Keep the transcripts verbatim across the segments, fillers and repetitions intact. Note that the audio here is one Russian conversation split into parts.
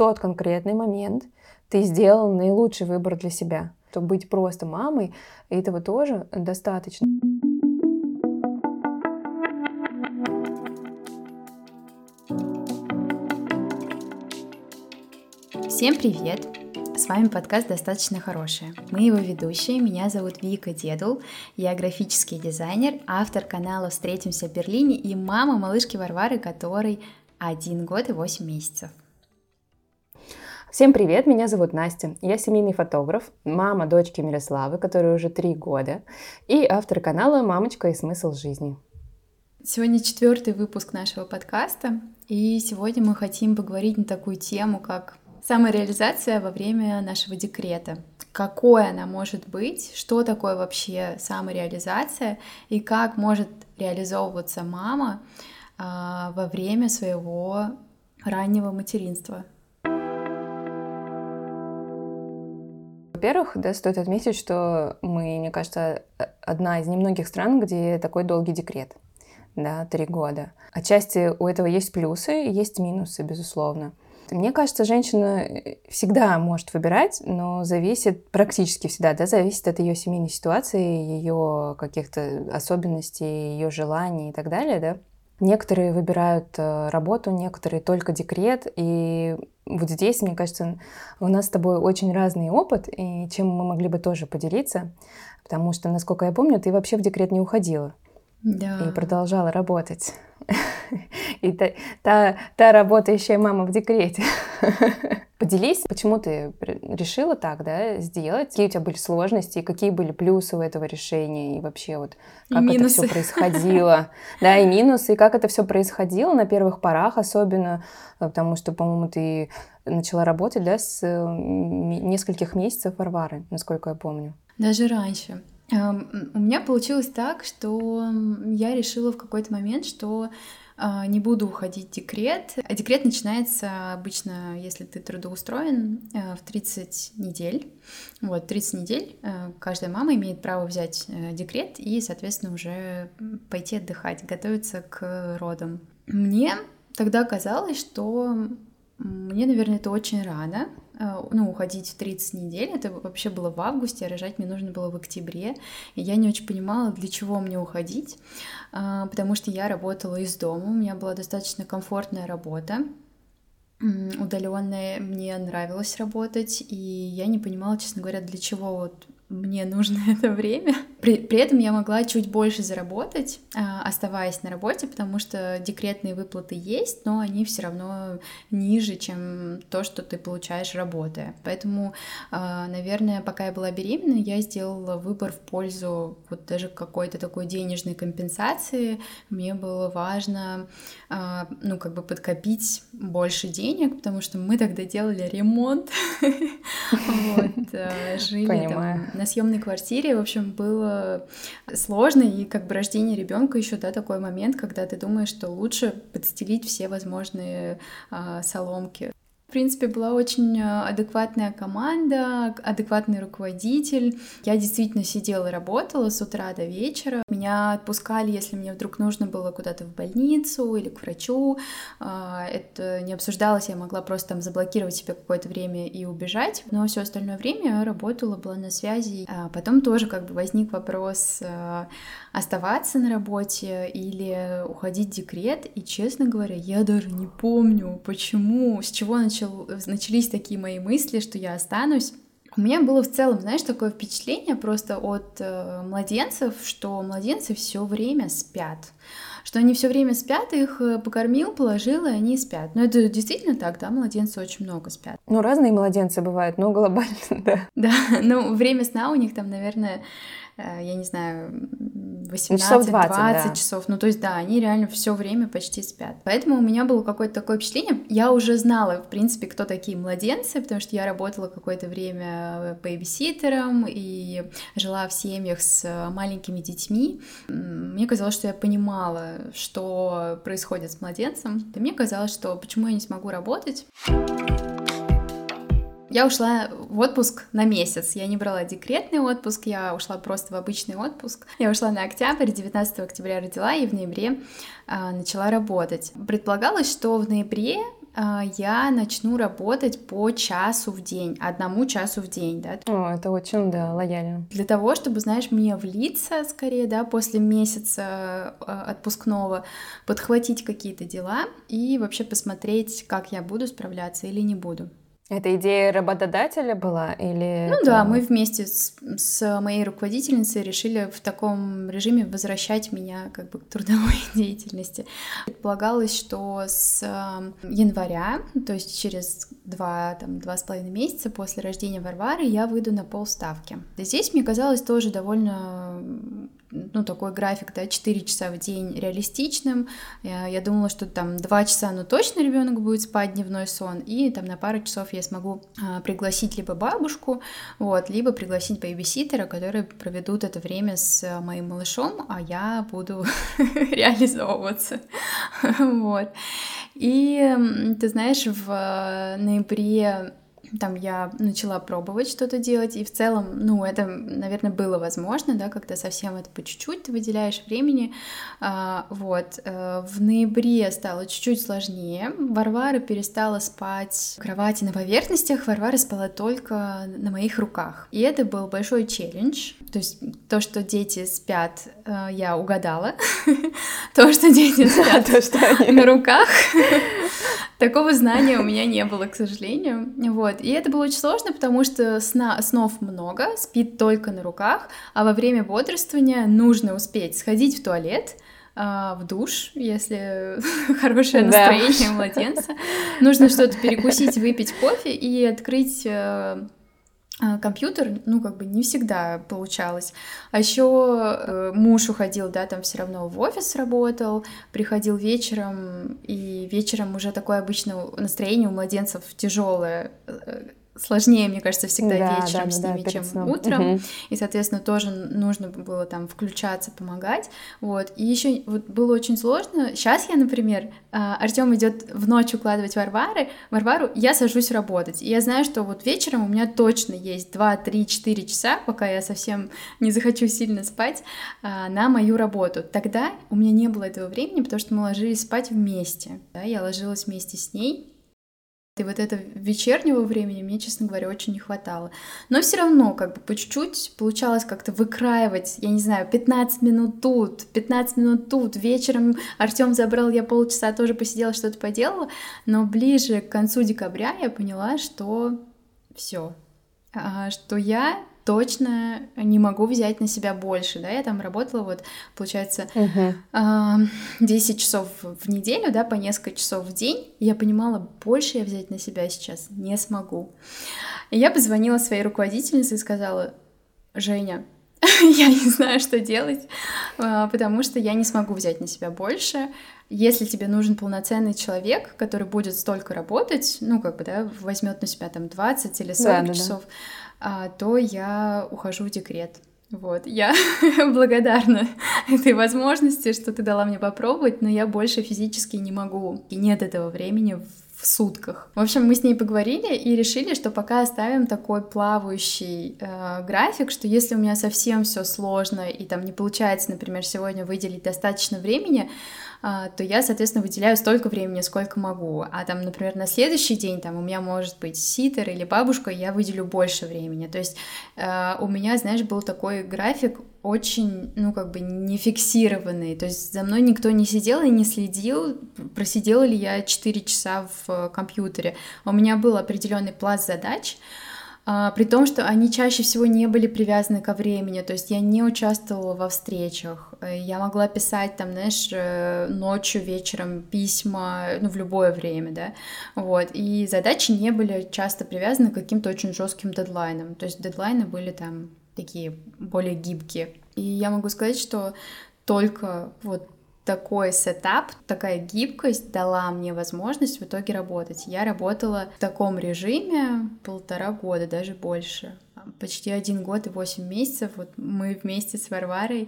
тот конкретный момент ты сделал наилучший выбор для себя. Чтобы быть просто мамой, этого тоже достаточно. Всем привет! С вами подкаст «Достаточно хорошее». Мы его ведущие, меня зовут Вика Дедул, я графический дизайнер, автор канала «Встретимся в Берлине» и мама малышки Варвары, которой один год и восемь месяцев. Всем привет, меня зовут Настя, я семейный фотограф, мама дочки Мирославы, которой уже три года, и автор канала «Мамочка и смысл жизни». Сегодня четвертый выпуск нашего подкаста, и сегодня мы хотим поговорить на такую тему, как самореализация во время нашего декрета. Какой она может быть, что такое вообще самореализация и как может реализовываться мама а, во время своего раннего материнства. Во-первых, да, стоит отметить, что мы, мне кажется, одна из немногих стран, где такой долгий декрет, да, три года. Отчасти у этого есть плюсы и есть минусы, безусловно. Мне кажется, женщина всегда может выбирать, но зависит, практически всегда, да, зависит от ее семейной ситуации, ее каких-то особенностей, ее желаний и так далее, да. Некоторые выбирают работу, некоторые только декрет, и вот здесь, мне кажется, у нас с тобой очень разный опыт, и чем мы могли бы тоже поделиться, потому что, насколько я помню, ты вообще в декрет не уходила. Да. И продолжала работать. И та, та, та работающая мама в декрете. Поделись, почему ты решила так, да, сделать? Какие у тебя были сложности, какие были плюсы у этого решения, и вообще вот как это все происходило. Да, и минусы, и как это все происходило на первых порах особенно, потому что, по-моему, ты начала работать, да, с нескольких месяцев Варвары, насколько я помню. Даже раньше. У меня получилось так, что я решила в какой-то момент, что не буду уходить в декрет. А декрет начинается обычно, если ты трудоустроен, в тридцать недель. Вот, тридцать недель каждая мама имеет право взять декрет и, соответственно, уже пойти отдыхать, готовиться к родам. Мне тогда казалось, что мне, наверное, это очень рано, ну, уходить в тридцать недель. Это вообще было в августе, а рожать мне нужно было в октябре. И я не очень понимала, для чего мне уходить, потому что я работала из дома, у меня была достаточно комфортная работа, удаленная, мне нравилось работать, и я не понимала, честно говоря, для чего вот мне нужно это время. При, при этом я могла чуть больше заработать, оставаясь на работе, потому что декретные выплаты есть, но они все равно ниже, чем то, что ты получаешь, работая. Поэтому, наверное, пока я была беременна, я сделала выбор в пользу вот даже какой-то такой денежной компенсации. Мне было важно, ну, как бы подкопить больше денег, потому что мы тогда делали ремонт, жили там на съемной квартире. В общем, было сложно, и как бы рождение ребенка еще, да, такой момент, когда ты думаешь, что лучше подстелить все возможные а, соломки. В принципе, была очень адекватная команда, адекватный руководитель. Я действительно сидела и работала с утра до вечера. Меня отпускали, если мне вдруг нужно было куда-то в больницу или к врачу. Это не обсуждалось, я могла просто там заблокировать себе какое-то время и убежать. Но все остальное время я работала, была на связи. А потом тоже как бы возник вопрос оставаться на работе или уходить в декрет. И, честно говоря, я даже не помню, почему, с чего началось. Начались такие мои мысли, что я останусь. У меня было в целом, знаешь, такое впечатление просто от э, младенцев, что младенцы все время спят. Что они все время спят, их покормил, положил, и они спят. Но это действительно так, да, младенцы очень много спят. Ну, разные младенцы бывают, но глобально, да. Да, ну, время сна у них там, наверное, я не знаю, восемнадцать-двадцать часов. Ну, то есть, да, они реально все время почти спят. Поэтому у меня было какое-то такое впечатление. Я уже знала, в принципе, кто такие младенцы, потому что я работала какое-то время бэйбиситером и жила в семьях с маленькими детьми. Мне казалось, что я понимала, что происходит с младенцем. И мне казалось, что почему я не смогу работать. Я ушла в отпуск на месяц. Я не брала декретный отпуск, я ушла просто в обычный отпуск. Я ушла на октябрь, девятнадцатого октября родила и в ноябре а, начала работать. Предполагалось, что в ноябре я начну работать по часу в день, одному часу в день, да. О, это очень, да, лояльно. Для того, чтобы, знаешь, мне влиться скорее, да, после месяца отпускного, подхватить какие-то дела и вообще посмотреть, как я буду справляться или не буду. Это идея работодателя была или... Ну это... да, мы вместе с, с моей руководительницей решили в таком режиме возвращать меня как бы к трудовой деятельности. Предполагалось, что с января, то есть через два, там, два с половиной месяца после рождения Варвары я выйду на полставки. Здесь мне казалось тоже довольно... ну, такой график, да, четыре часа в день реалистичным. Я, я думала, что там два часа, ну, точно ребенок будет спать дневной сон, и там на пару часов я смогу а, пригласить либо бабушку, вот, либо пригласить бэйбиситера, которые проведут это время с моим малышом, а я буду реализовываться, вот. И, ты знаешь, в ноябре там я начала пробовать что-то делать, и в целом, ну, это, наверное, было возможно, да, когда совсем это по чуть-чуть ты выделяешь времени, а, вот. В ноябре стало чуть-чуть сложнее, Варвара перестала спать в кровати на поверхностях, Варвара спала только на моих руках, и это был большой челлендж, то есть то, что дети спят, я угадала, то, что дети спят на руках, такого знания у меня не было, к сожалению, вот. И это было очень сложно, потому что сна, снов много, спит только на руках, а во время бодрствования нужно успеть сходить в туалет, в душ, если хорошее настроение да. младенца, нужно что-то перекусить, выпить кофе и открыть компьютер, ну, как бы не всегда получалось. А еще э, муж уходил, да, там все равно в офис работал, приходил вечером, и вечером уже такое обычно настроение у младенцев тяжелое, э, сложнее, мне кажется, всегда да, вечером да, с ними, да, чем сном. Утром, угу. И, соответственно, тоже нужно было там включаться, помогать, вот, и еще вот было очень сложно, сейчас я, например, Артём идет в ночь укладывать Варвары, Варвару, я сажусь работать, и я знаю, что вот вечером у меня точно есть два, три, четыре часа, пока я совсем не захочу сильно спать, на мою работу, тогда у меня не было этого времени, потому что мы ложились спать вместе, да, я ложилась вместе с ней. И вот этого вечернего времени мне, честно говоря, очень не хватало. Но все равно, как бы по чуть-чуть получалось как-то выкраивать, я не знаю, пятнадцать минут тут, пятнадцать минут тут. Вечером Артём забрал, я полчаса тоже посидела, что-то поделала. Но ближе к концу декабря я поняла, что все, что я точно не могу взять на себя больше, да, я там работала вот, получается, uh-huh. десять часов в неделю, да, по несколько часов в день, и я понимала, больше я взять на себя сейчас не смогу. И я позвонила своей руководительнице и сказала: Женя, я не знаю, что делать, потому что я не смогу взять на себя больше. Если тебе нужен полноценный человек, который будет столько работать, ну, как бы, да, возьмет на себя там двадцать или сорок да, часов, да. то я ухожу в декрет. Вот, я благодарна этой возможности, что ты дала мне попробовать, но я больше физически не могу, и нет этого времени в сутках. В общем, мы с ней поговорили и решили, что пока оставим такой плавающий э, график, что если у меня совсем все сложно и там не получается, например, сегодня выделить достаточно времени, то я, соответственно, выделяю столько времени, сколько могу. А там, например, на следующий день там у меня может быть ситер или бабушка, и я выделю больше времени. То есть э, у меня, знаешь, был такой график очень, ну, как бы не фиксированный. То есть за мной никто не сидел и не следил, просидела ли я четыре часа в компьютере. У меня был определенный пласт задач, Uh, при том, что они чаще всего не были привязаны ко времени, то есть я не участвовала во встречах, я могла писать там, знаешь, ночью, вечером письма, ну, в любое время, да, вот, и задачи не были часто привязаны к каким-то очень жестким дедлайнам, то есть дедлайны были там такие более гибкие, и я могу сказать, что только вот такой сетап, такая гибкость дала мне возможность в итоге работать. Я работала в таком режиме полтора года, даже больше. Почти один год и восемь месяцев. Вот мы вместе с Варварой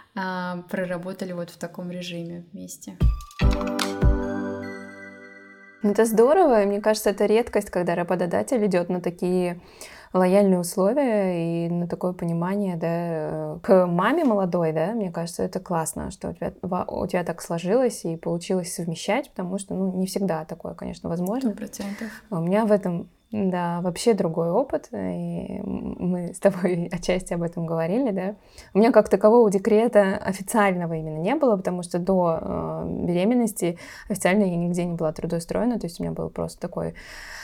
а, проработали вот в таком режиме вместе. Это здорово, и мне кажется, это редкость, когда работодатель идет на такие лояльные условия и на такое понимание, да, к маме молодой, да, мне кажется, это классно, что у тебя, у тебя так сложилось и получилось совмещать, потому что, ну, не всегда такое, конечно, возможно. Сто процентов. У меня в этом, да, вообще другой опыт, и мы с тобой отчасти об этом говорили, да. У меня как такового декрета официального именно не было, потому что до э, беременности официально я нигде не была трудоустроена, то есть у меня был просто такой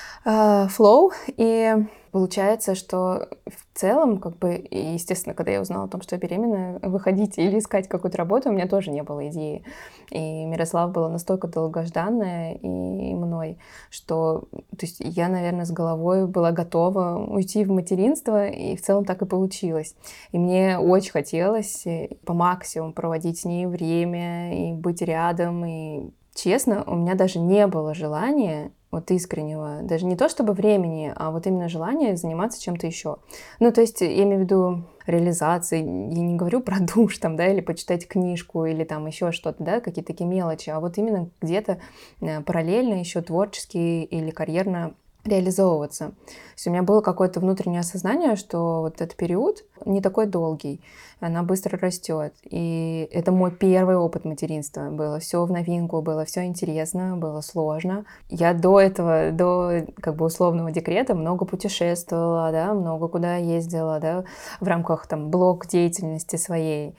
флоу, и получается, что в целом, как бы, и, естественно, когда я узнала о том, что я беременна, выходить или искать какую-то работу, у меня тоже не было идеи. И Мирослава была настолько долгожданная и мной, что, то есть, я, наверное, с головой была готова уйти в материнство, и в целом так и получилось. И мне очень хотелось по максимуму проводить с ней время, и быть рядом, и честно, у меня даже не было желания вот искреннего, даже не то чтобы времени, а вот именно желание заниматься чем-то еще. Ну, то есть я имею в виду реализации, я не говорю про душ там, да, или почитать книжку, или там еще что-то, да, какие-то такие мелочи, а вот именно где-то параллельно еще творчески или карьерно реализовываться. То есть у меня было какое-то внутреннее осознание, что вот этот период не такой долгий, она быстро растет. И это мой первый опыт материнства. Было все в новинку, было все интересно, было сложно. Я до этого, до как бы условного декрета много путешествовала, да, много куда ездила, да, в рамках там блог деятельности своей.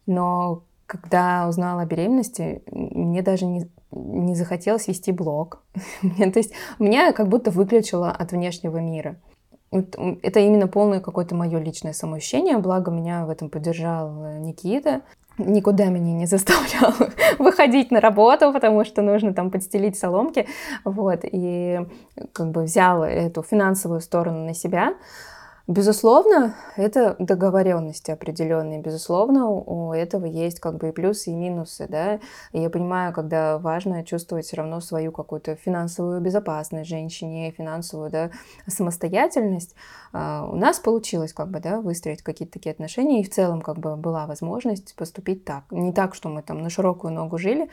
Но когда узнала о беременности, мне даже не не захотелось вести блог. То есть меня как будто выключило от внешнего мира. Это именно полное какое-то мое личное самоощущение, благо меня в этом поддержал Никита. Никуда меня не заставлял выходить на работу, потому что нужно там подстелить соломки. Вот, и как бы взял эту финансовую сторону на себя. Безусловно, это договоренности определенные. Безусловно, у этого есть как бы и плюсы, и минусы, да. И я понимаю, когда важно чувствовать все равно свою какую-то финансовую безопасность женщине, финансовую, да, самостоятельность. У нас получилось как бы, да, выстроить какие-то такие отношения, и в целом как бы была возможность поступить так. Не так, что мы там на широкую ногу жили,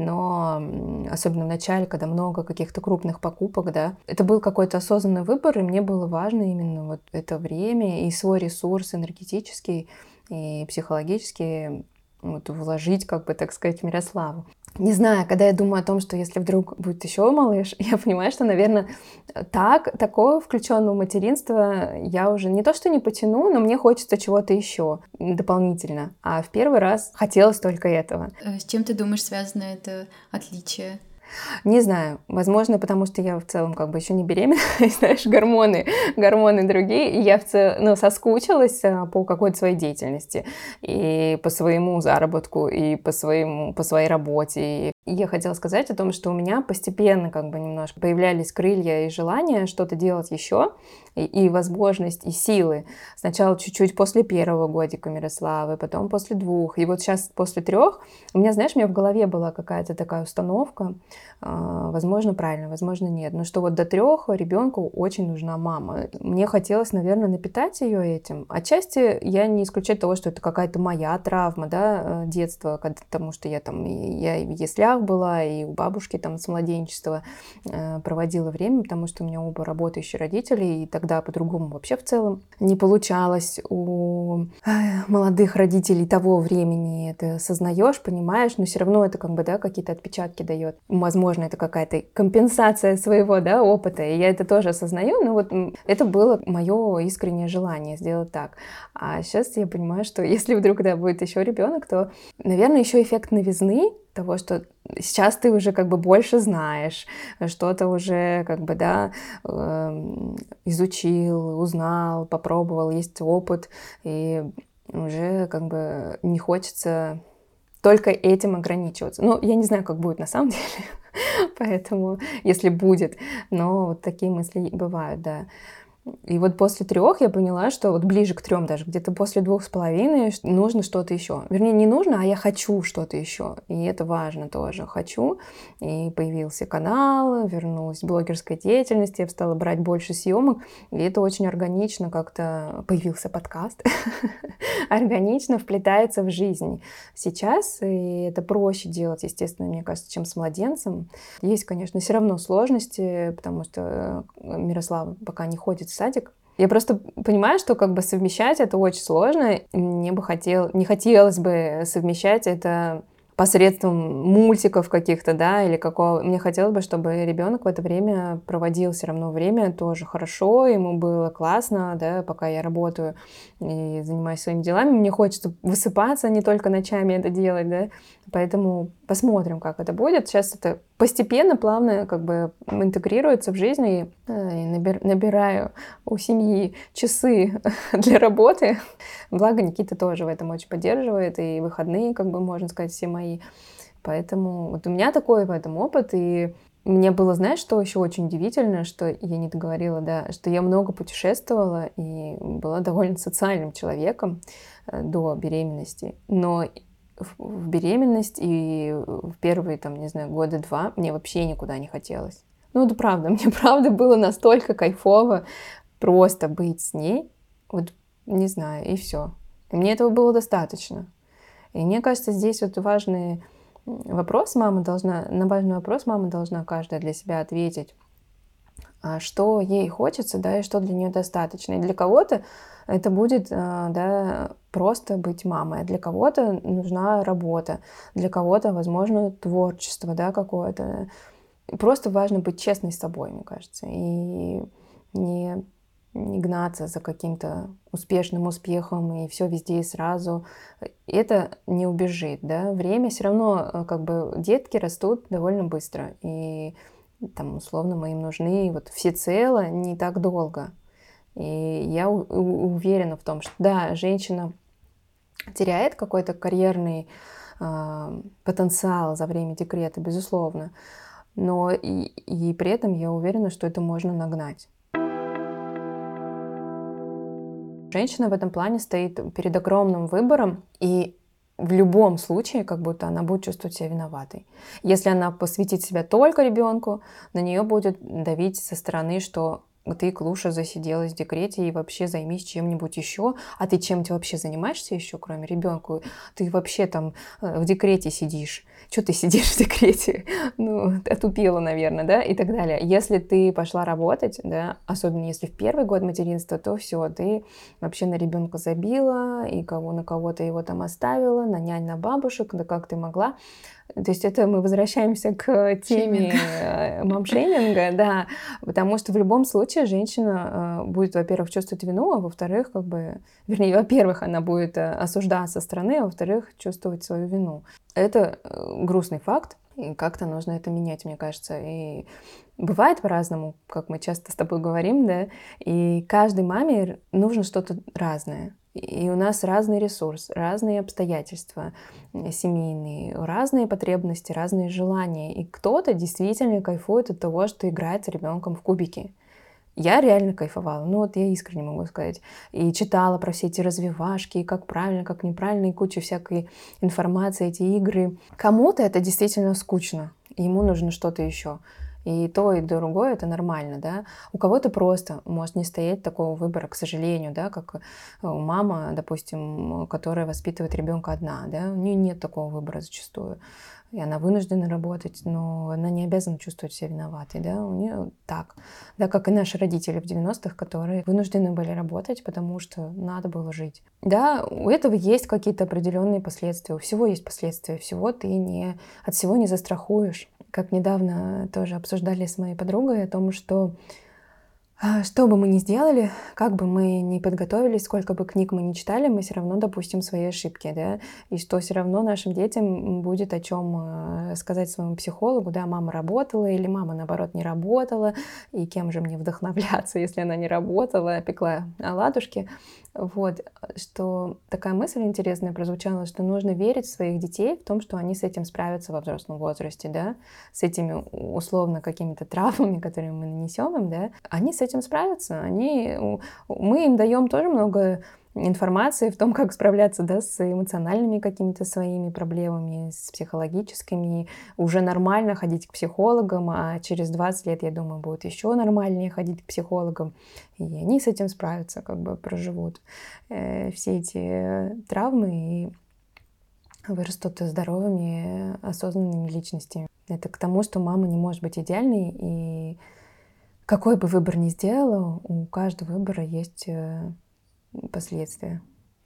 но особенно в начале, когда много каких-то крупных покупок, да, это был какой-то осознанный выбор, и мне было важно именно вот это время и свой ресурс энергетический и психологический вот, вложить, как бы, так сказать, в Мирославу. Не знаю, когда я думаю о том, что если вдруг будет еще малыш, я понимаю, что, наверное, так, такое включенного материнства я уже не то что не потяну, но мне хочется чего-то еще дополнительно. А в первый раз хотелось только этого. С чем ты думаешь связано это отличие? Не знаю, возможно, потому что я в целом как бы еще не беременна, знаешь, гормоны, гормоны другие, и я в целом, ну, соскучилась по какой-то своей деятельности, и по своему заработку, и по своему, по своей работе. И я хотела сказать о том, что у меня постепенно как бы немножко появлялись крылья и желание что-то делать еще, и, и возможность, и силы. Сначала чуть-чуть после первого годика Мирославы, потом после двух, и вот сейчас после трех у меня, знаешь, у меня в голове была какая-то такая установка, возможно, правильно, возможно, нет. Но что вот до трех ребенку очень нужна мама. Мне хотелось, наверное, напитать ее этим. Отчасти я не исключаю того, что это какая-то моя травма, да, детства, потому что я там, я и в яслях была, и у бабушки там с младенчества проводила время, потому что у меня оба работающие родители, и тогда по-другому вообще в целом не получалось у молодых родителей того времени. Это сознаешь, понимаешь, но все равно это как бы, да, какие-то отпечатки дает. Возможно, это какая-то компенсация своего, да, опыта, и я это тоже осознаю, но вот это было мое искреннее желание сделать так. А сейчас я понимаю, что если вдруг, да, будет еще ребенок, то, наверное, еще эффект новизны, того, что сейчас ты уже как бы больше знаешь, что-то уже как бы, да, изучил, узнал, попробовал, есть опыт, и уже как бы не хочется только этим ограничиваться. Ну, я не знаю, как будет на самом деле, поэтому, если будет, но вот такие мысли бывают, да. И вот после трех я поняла, что вот ближе к трем даже, где-то после двух с половиной нужно что-то еще. Вернее, не нужно, а я хочу что-то еще. И это важно тоже. Хочу. И появился канал, вернулась блогерская деятельность, я стала брать больше съемок. И это очень органично как-то появился подкаст. Органично вплетается в жизнь сейчас. И это проще делать, естественно, мне кажется, чем с младенцем. Есть, конечно, все равно сложности, потому что Мирослава пока не ходит в садик. Я просто понимаю, что как бы совмещать это очень сложно. Мне бы хотел, не хотелось бы совмещать это посредством мультиков каких-то, да, или какого. Мне хотелось бы, чтобы ребенок в это время проводил все равно время тоже хорошо, ему было классно, да, пока я работаю и занимаюсь своими делами. Мне хочется высыпаться, не только ночами это делать, да, поэтому посмотрим, как это будет. Сейчас это постепенно, плавно как бы интегрируется в жизнь, и, и набир, набираю у семьи часы для работы. Благо Никита тоже в этом очень поддерживает, и выходные, как бы, можно сказать, все мои. Поэтому вот у меня такой в этом опыт, и мне было, знаешь, что еще очень удивительно, что я не договорила, да, что я много путешествовала и была довольно социальным человеком до беременности, но в беременность и в первые, там, не знаю, года два мне вообще никуда не хотелось. Ну, это правда, мне правда было настолько кайфово просто быть с ней, вот, не знаю, и все. И мне этого было достаточно. И мне кажется, здесь вот важный вопрос мама должна, на важный вопрос мама должна каждая для себя ответить, что ей хочется, да, и что для нее достаточно. И для кого-то это будет, да, просто быть мамой, а для кого-то нужна работа, для кого-то, возможно, творчество, да, какое-то. Просто важно быть честной с собой, мне кажется, и не, не гнаться за каким-то успешным успехом и все везде и сразу. Это не убежит, да. Время все равно, как бы, детки растут довольно быстро, и там, условно, мы им нужны вот всецело не так долго. И я у- у- уверена в том, что да, женщина теряет какой-то карьерный э, потенциал за время декрета, безусловно, но и, и при этом я уверена, что это можно нагнать. Женщина в этом плане стоит перед огромным выбором, и в любом случае, как будто она будет чувствовать себя виноватой. Если она посвятит себя только ребенку, на нее будет давить со стороны, что ты, Клуша, засиделась в декрете и вообще займись чем-нибудь еще. А ты чем-то вообще занимаешься еще, кроме ребенка? Ты вообще там в декрете сидишь. Что ты сидишь в декрете? Ну, отупела, наверное, да, и так далее. Если ты пошла работать, да, особенно если в первый год материнства, то все, ты вообще на ребенка забила, и кого на кого-то его там оставила, на нянь, на бабушек, да как ты могла. То есть это мы возвращаемся к теме мамшейминга, да, потому что в любом случае женщина будет, во-первых, чувствовать вину, а во-вторых, как бы, вернее, во-первых, она будет осуждаться со стороны, а во-вторых, чувствовать свою вину. Это грустный факт, и как-то нужно это менять, мне кажется. И бывает по-разному, как мы часто с тобой говорим, да, и каждой маме нужно что-то разное. И у нас разный ресурс, разные обстоятельства семейные, разные потребности, разные желания. И кто-то действительно кайфует от того, что играет с ребенком в кубики. Я реально кайфовала, ну вот я искренне могу сказать. И читала про все эти развивашки, и как правильно, как неправильно, и куча всякой информации, эти игры. Кому-то это действительно скучно, ему нужно что-то еще. И то, и другое — это нормально, да. У кого-то просто может не стоять такого выбора, к сожалению, да, как у мамы, допустим, которая воспитывает ребенка одна, да, у нее нет такого выбора зачастую. И она вынуждена работать, но она не обязана чувствовать себя виноватой, да, у нее так. Да, как и наши родители в девяностых, которые вынуждены были работать, потому что надо было жить. Да, у этого есть какие-то определенные последствия, у всего есть последствия, всего ты не, от всего не застрахуешь. Как недавно тоже обсуждали с моей подругой о том, что что бы мы ни сделали, как бы мы ни подготовились, сколько бы книг мы ни читали, мы все равно допустим свои ошибки, да, и что все равно нашим детям будет о чем сказать своему психологу, да, мама работала или мама, наоборот, не работала, и кем же мне вдохновляться, если она не работала, пекла оладушки. Вот, что такая мысль интересная прозвучала, что нужно верить в своих детей, в том, что они с этим справятся во взрослом возрасте, да, с этими условно какими-то травмами, которые мы нанесем им, да, они с этим этим справятся. Они, мы им даем тоже много информации в том, как справляться, да, с эмоциональными какими-то своими проблемами, с психологическими. Уже нормально ходить к психологам, а через двадцать лет, я думаю, будет еще нормальнее ходить к психологам. И они с этим справятся, как бы проживут э, все эти травмы и вырастут здоровыми, осознанными личностями. Это к тому, что мама не может быть идеальной, и какой бы выбор ни сделала, у каждого выбора есть последствия.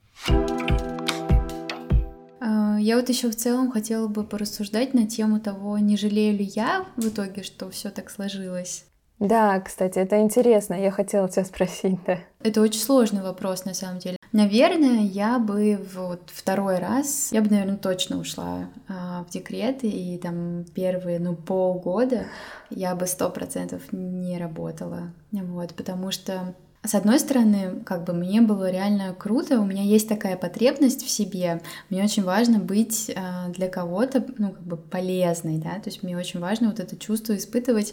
Я вот еще в целом хотела бы порассуждать на тему того, не жалею ли я в итоге, что все так сложилось. Да, кстати, это интересно. Я хотела тебя спросить, да. Это очень сложный вопрос, на самом деле. Наверное, я бы вот второй раз, я бы, наверное, точно ушла а, в декрет, и там первые, ну, полгода я бы сто процентов не работала, вот, потому что с одной стороны, как бы мне было реально круто, у меня есть такая потребность в себе, мне очень важно быть э, для кого-то, ну, как бы полезной, да, то есть мне очень важно вот это чувство испытывать,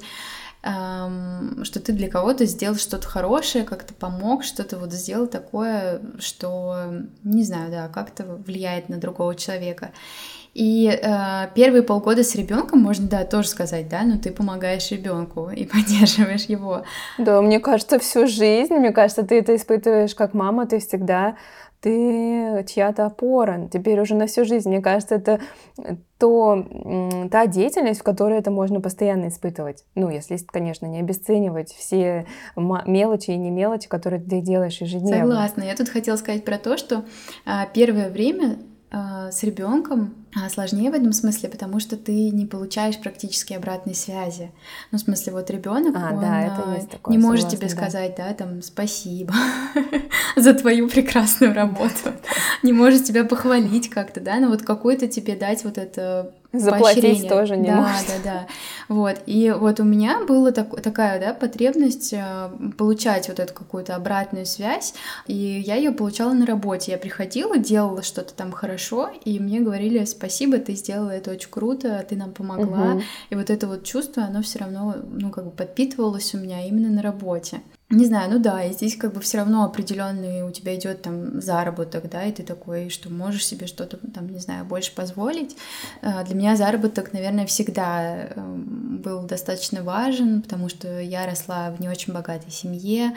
эм, что ты для кого-то сделал что-то хорошее, как-то помог, что-то вот сделал такое, что, не знаю, да, как-то влияет на другого человека. И э, первые полгода с ребенком можно, да, тоже сказать, да, но ты помогаешь ребенку и поддерживаешь его. Да, мне кажется, всю жизнь, мне кажется, ты это испытываешь как мама, ты всегда, ты чья-то опора, теперь уже на всю жизнь. Мне кажется, это то, та деятельность, в которой это можно постоянно испытывать. Ну, если, конечно, не обесценивать все мелочи и не мелочи, которые ты делаешь ежедневно. Согласна. Я тут хотела сказать про то, что а, первое время а, с ребенком сложнее в этом смысле, потому что ты не получаешь практически обратной связи. Ну, в смысле, вот ребенок, а, он да, это есть такое, не согласна, может тебе да. сказать, да, там, спасибо за твою прекрасную работу, не может тебя похвалить как-то, да, но вот какой-то тебе дать вот это заплатить поощрение. тоже не да, может. Да, да, да. Вот. И вот у меня была так, такая, да, потребность получать вот эту какую-то обратную связь, и я ее получала на работе. Я приходила, делала что-то там хорошо, и мне говорили: спасибо, ты сделала это очень круто, ты нам помогла. Угу. И вот это вот чувство, оно все равно, ну, как бы подпитывалось у меня именно на работе. Не знаю, ну да, и здесь как бы все равно определенный у тебя идет там заработок, да, и ты такой, что можешь себе что-то там, не знаю, больше позволить. Для меня заработок, наверное, всегда был достаточно важен, потому что я росла в не очень богатой семье,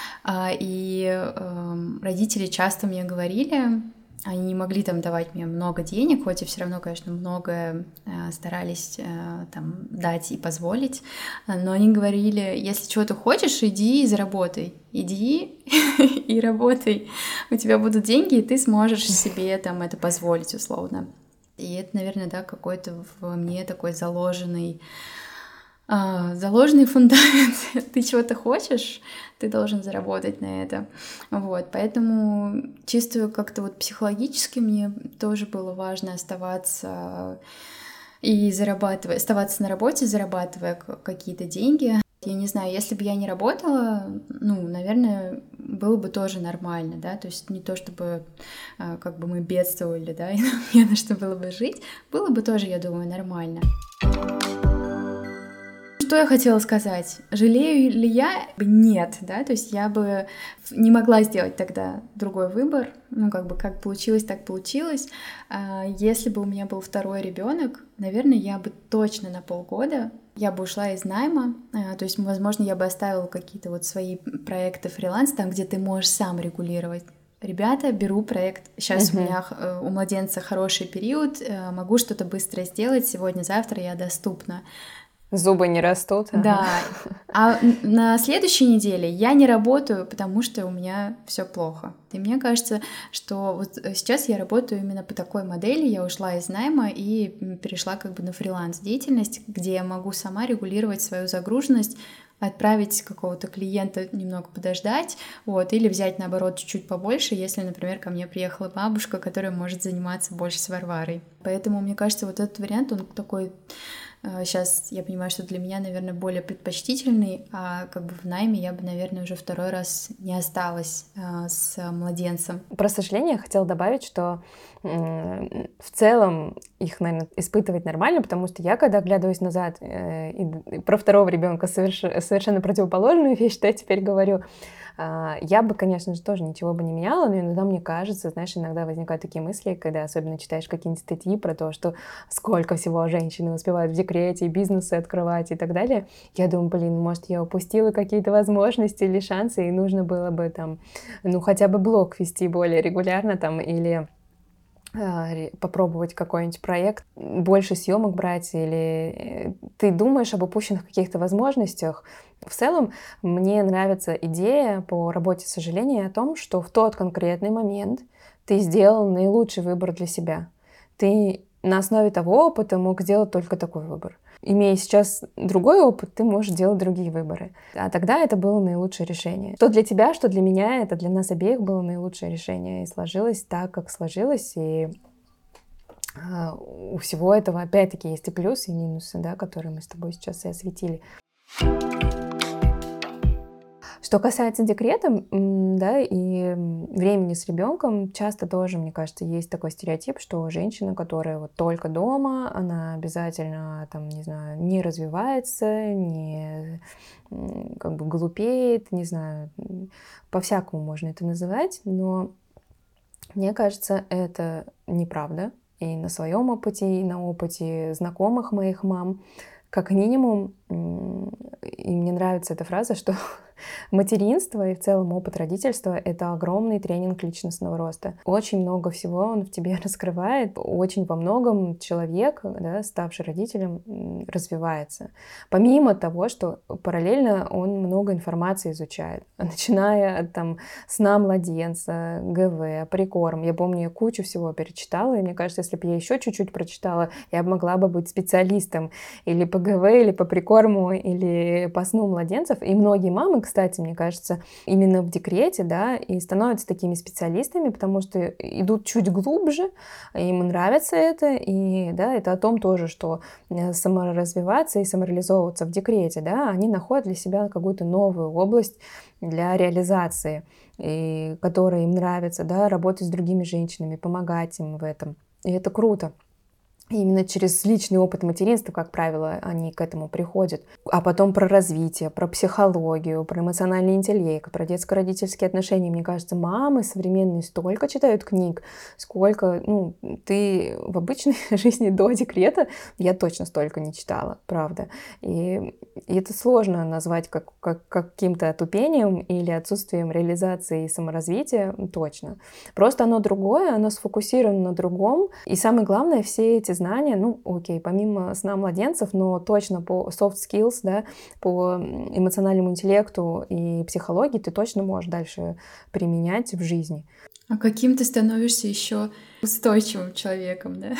и родители часто мне говорили, они не могли там давать мне много денег, хоть и все равно, конечно, многое э, старались э, там дать и позволить, но они говорили: если чего-то хочешь, иди и заработай, иди и работай, у тебя будут деньги, и ты сможешь себе там это позволить условно. И это, наверное, да, какой-то в мне такой заложенный А, заложенный фундамент. Ты чего-то хочешь, ты должен заработать на это. Вот, поэтому чисто как-то вот психологически мне тоже было важно оставаться и зарабатывать, оставаться на работе, зарабатывая какие-то деньги. Я не знаю, если бы я не работала, ну, наверное, было бы тоже нормально, да, то есть не то, чтобы как бы мы бедствовали, да, и нам не на что было бы жить, было бы тоже, я думаю, нормально. Что я хотела сказать? Жалею ли я? Нет, да, то есть я бы не могла сделать тогда другой выбор, ну, как бы как получилось, так получилось. Если бы у меня был второй ребенок, наверное, я бы точно на полгода, я бы ушла из найма, то есть, возможно, я бы оставила какие-то вот свои проекты фриланс, там, где ты можешь сам регулировать. Ребята, беру проект, сейчас uh-huh. у меня у младенца хороший период, могу что-то быстро сделать, сегодня-завтра я доступна. Зубы не растут. Да. А на следующей неделе я не работаю, потому что у меня все плохо. И мне кажется, что вот сейчас я работаю именно по такой модели. Я ушла из найма и перешла как бы на фриланс-деятельность, где я могу сама регулировать свою загруженность, отправить какого-то клиента немного подождать, вот, или взять, наоборот, чуть-чуть побольше, если, например, ко мне приехала бабушка, которая может заниматься больше с Варварой. Поэтому, мне кажется, вот этот вариант, он такой Сейчас я понимаю, что для меня, наверное, более предпочтительный, а как бы в найме я бы, наверное, уже второй раз не осталась с младенцем. Про сожаление я хотела добавить, что в целом их, наверное, испытывать нормально, потому что я, когда оглядываюсь назад и про второго ребенка совершенно противоположную вещь, что я теперь говорю, я бы, конечно же, тоже ничего бы не меняла, но иногда мне кажется, знаешь, иногда возникают такие мысли, когда особенно читаешь какие-нибудь статьи про то, что сколько всего женщины успевают в декрете, и бизнесы открывать и так далее. Я думаю, блин, может, я упустила какие-то возможности или шансы, и нужно было бы там, ну, хотя бы блог вести более регулярно там, или попробовать какой-нибудь проект, больше съемок брать, или ты думаешь об упущенных каких-то возможностях. В целом, мне нравится идея по работе сожаления о том, что в тот конкретный момент ты сделал наилучший выбор для себя. Ты на основе того опыта мог сделать только такой выбор. Имея сейчас другой опыт, ты можешь делать другие выборы. А тогда это было наилучшее решение. Что для тебя, что для меня, это для нас обеих было наилучшее решение. И сложилось так, как сложилось. И у всего этого, опять-таки, есть и плюсы, и минусы, да, которые мы с тобой сейчас и осветили. Что касается декрета, да, и времени с ребенком, часто тоже, мне кажется, есть такой стереотип, что женщина, которая вот только дома, она обязательно, там, не знаю, не развивается, не как бы глупеет, не знаю, по-всякому можно это называть, но мне кажется, это неправда. И на своем опыте, и на опыте знакомых моих мам, как минимум, и мне нравится эта фраза, что материнство и в целом опыт родительства — это огромный тренинг личностного роста. Очень много всего он в тебе раскрывает. Очень во многом человек, да, ставший родителем, развивается. Помимо того, что параллельно он много информации изучает. Начиная от там, сна младенца, ГВ, прикорм. Я помню, я кучу всего перечитала, и мне кажется, если бы я еще чуть-чуть прочитала, я бы могла бы быть специалистом или по ГВ, или по прикорму, или по сну младенцев. И многие мамы, кстати, мне кажется, именно в декрете, да, и становятся такими специалистами, потому что идут чуть глубже, им нравится это, и, да, это о том тоже, что саморазвиваться и самореализовываться в декрете, да, они находят для себя какую-то новую область для реализации, и которая им нравится, да, работать с другими женщинами, помогать им в этом, и это круто. И именно через личный опыт материнства, как правило, они к этому приходят. А потом про развитие, про психологию, про эмоциональный интеллект, про детско-родительские отношения. Мне кажется, мамы современные столько читают книг, сколько, ну, ты в обычной жизни до декрета, я точно столько не читала, правда. И, и это сложно назвать как, как, каким-то отупением или отсутствием реализации и саморазвития, точно. Просто оно другое, оно сфокусировано на другом. И самое главное, все эти знания, ну, окей, помимо сна младенцев, но точно по soft skills, да, по эмоциональному интеллекту и психологии ты точно можешь дальше применять в жизни. А каким ты становишься еще устойчивым человеком, да?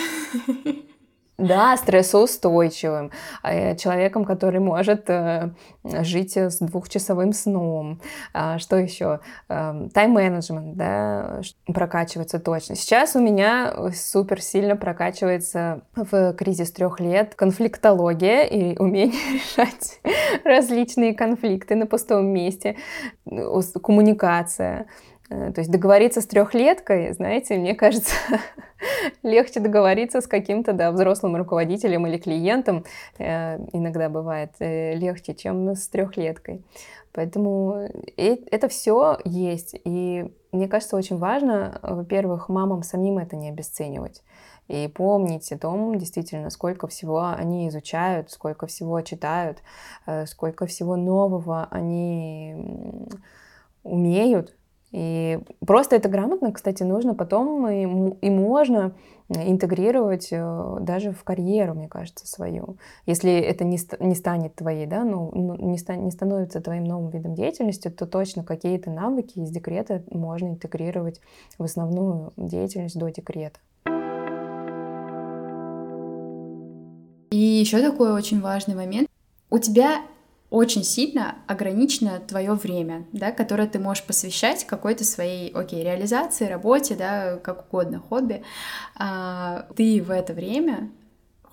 Да, стрессоустойчивым, человеком, который может жить с двухчасовым сном. Что еще? Тайм-менеджмент, да, прокачивается точно. Сейчас у меня супер сильно прокачивается в кризис трех лет конфликтология и умение решать различные конфликты на пустом месте, коммуникация. То есть договориться с трехлеткой, знаете, мне кажется, легче договориться с каким-то, да, взрослым руководителем или клиентом. Иногда бывает легче, чем с трехлеткой. Поэтому это все есть. И мне кажется, очень важно, во-первых, мамам самим это не обесценивать. И помнить о том, действительно, сколько всего они изучают, сколько всего читают, сколько всего нового они умеют. И просто это грамотно, кстати, нужно потом и, и можно интегрировать даже в карьеру, мне кажется, свою. Если это не, не станет твоей, да, ну, не, ста, не становится твоим новым видом деятельности, то точно какие-то навыки из декрета можно интегрировать в основную деятельность до декрета. И еще такой очень важный момент. У тебя очень сильно ограничено твое время, да, которое ты можешь посвящать какой-то своей, окей, реализации, работе, да, как угодно, хобби. А, ты в это время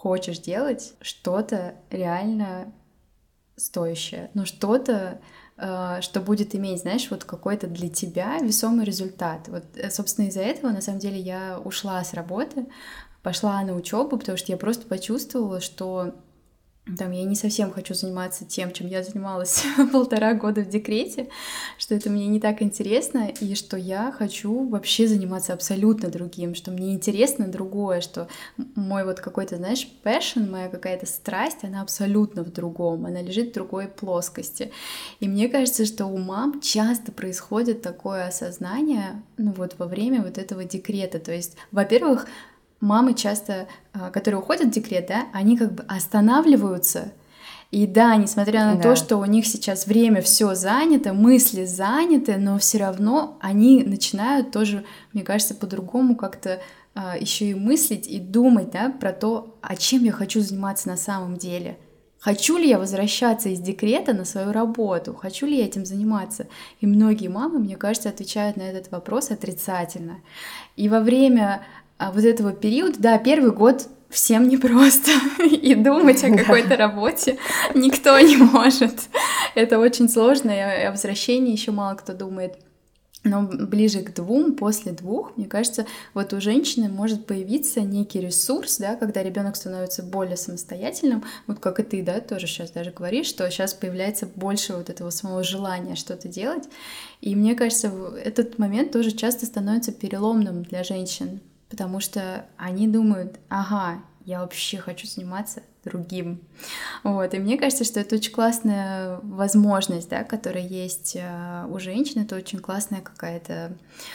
хочешь делать что-то реально стоящее, ну что-то, что будет иметь, знаешь, вот какой-то для тебя весомый результат. Вот, собственно, из-за этого, на самом деле, я ушла с работы, пошла на учебу, потому что я просто почувствовала, что там я не совсем хочу заниматься тем, чем я занималась полтора года в декрете, что это мне не так интересно, и что я хочу вообще заниматься абсолютно другим, что мне интересно другое, что мой вот какой-то, знаешь, passion, моя какая-то страсть, она абсолютно в другом, она лежит в другой плоскости. И мне кажется, что у мам часто происходит такое осознание, ну вот во время вот этого декрета, то есть, во-первых, мамы часто, которые уходят в декрет, да, они как бы останавливаются. И да, несмотря на да. то, что у них сейчас время все занято, мысли заняты, но все равно они начинают тоже, мне кажется, по-другому как-то а, еще и мыслить и думать, да, про то, а чем я хочу заниматься на самом деле. Хочу ли я возвращаться из декрета на свою работу? Хочу ли я этим заниматься? И многие мамы, мне кажется, отвечают на этот вопрос отрицательно. И во время А вот этого периода, да, первый год всем непросто, и думать о какой-то работе никто не может. Это очень сложно, и о возвращении еще мало кто думает. Но ближе к двум, после двух, мне кажется, вот у женщины может появиться некий ресурс, да, когда ребенок становится более самостоятельным, вот как и ты, да, тоже сейчас даже говоришь, что сейчас появляется больше вот этого самого желания что-то делать. И мне кажется, этот момент тоже часто становится переломным для женщин, потому что они думают, ага, я вообще хочу заниматься другим. Вот. И мне кажется, что это очень классная возможность, да, которая есть у женщин, это очень классная какая-то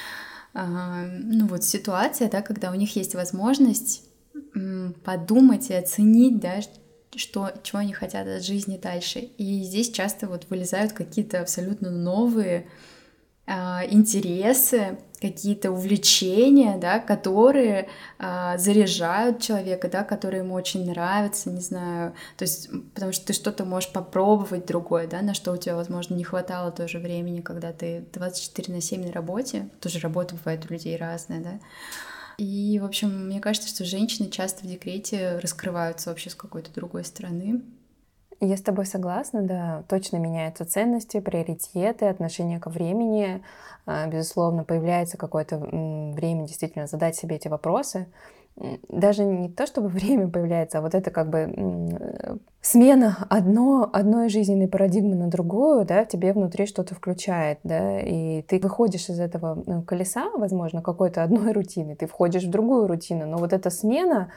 ну, вот, ситуация, да, когда у них есть возможность подумать и оценить, да, что, чего они хотят от жизни дальше. И здесь часто вот вылезают какие-то абсолютно новые интересы, какие-то увлечения, да, которые а, заряжают человека, да, которые ему очень нравятся, не знаю, то есть, потому что ты что-то можешь попробовать другое, да, на что у тебя, возможно, не хватало тоже времени, когда ты двадцать четыре на семь на работе, тоже работа бывает у людей разная, да, и, в общем, мне кажется, что женщины часто в декрете раскрываются вообще с какой-то другой стороны. Я с тобой согласна, да, точно меняются ценности, приоритеты, отношение ко времени. Безусловно, появляется какое-то время действительно задать себе эти вопросы. Даже не то, чтобы время появляется, а вот это как бы смена одно, одной жизненной парадигмы на другую, да, в тебе внутри что-то включает, да, и ты выходишь из этого колеса, возможно, какой-то одной рутины, ты входишь в другую рутину, но вот эта смена,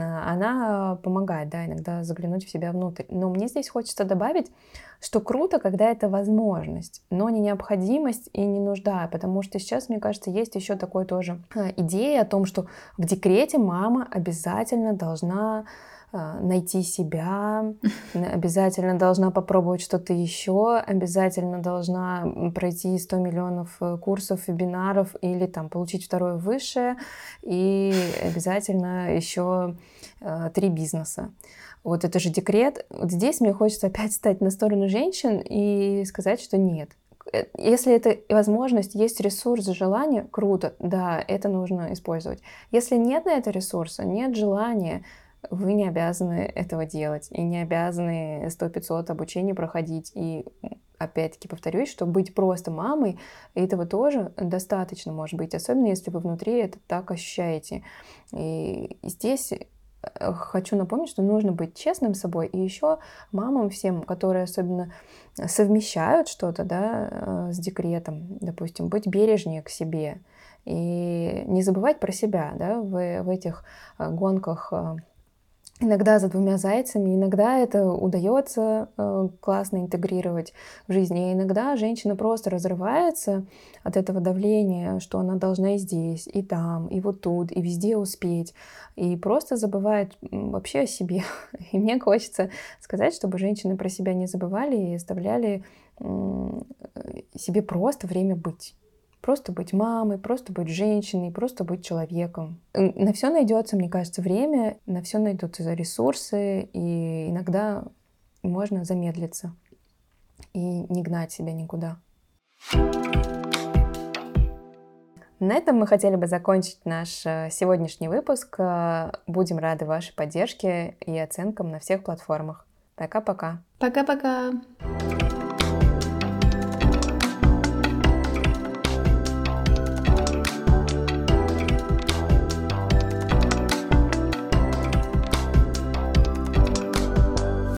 она помогает, да, иногда заглянуть в себя внутрь. Но мне здесь хочется добавить, что круто, когда это возможность, но не необходимость и не нужда, потому что сейчас, мне кажется, есть еще такой тоже идея о том, что в декрете мама обязательно должна найти себя, обязательно должна попробовать что-то еще, обязательно должна пройти сто миллионов курсов, вебинаров или там получить второе высшее, и обязательно еще три бизнеса. Вот это же декрет. Вот здесь мне хочется опять стать на сторону женщин и сказать, что нет. Если это возможность, есть ресурс, желание, круто, да, это нужно использовать. Если нет на это ресурса, нет желания, вы не обязаны этого делать и не обязаны сто пятьсот обучений проходить. И опять-таки повторюсь, что быть просто мамой, этого тоже достаточно может быть, особенно если вы внутри это так ощущаете. И здесь хочу напомнить, что нужно быть честным с собой. И еще мамам всем, которые особенно совмещают что-то, да, с декретом, допустим, быть бережнее к себе. И не забывать про себя, да, в, в этих гонках иногда за двумя зайцами, иногда это удается э, классно интегрировать в жизнь, и иногда женщина просто разрывается от этого давления, что она должна и здесь, и там, и вот тут, и везде успеть, и просто забывает вообще о себе. И мне хочется сказать, чтобы женщины про себя не забывали и оставляли э, себе просто время быть. Просто быть мамой, просто быть женщиной, просто быть человеком. На все найдется, мне кажется, время, на все найдутся ресурсы, и иногда можно замедлиться и не гнать себя никуда. На этом мы хотели бы закончить наш сегодняшний выпуск. Будем рады вашей поддержке и оценкам на всех платформах. Пока-пока. Пока-пока.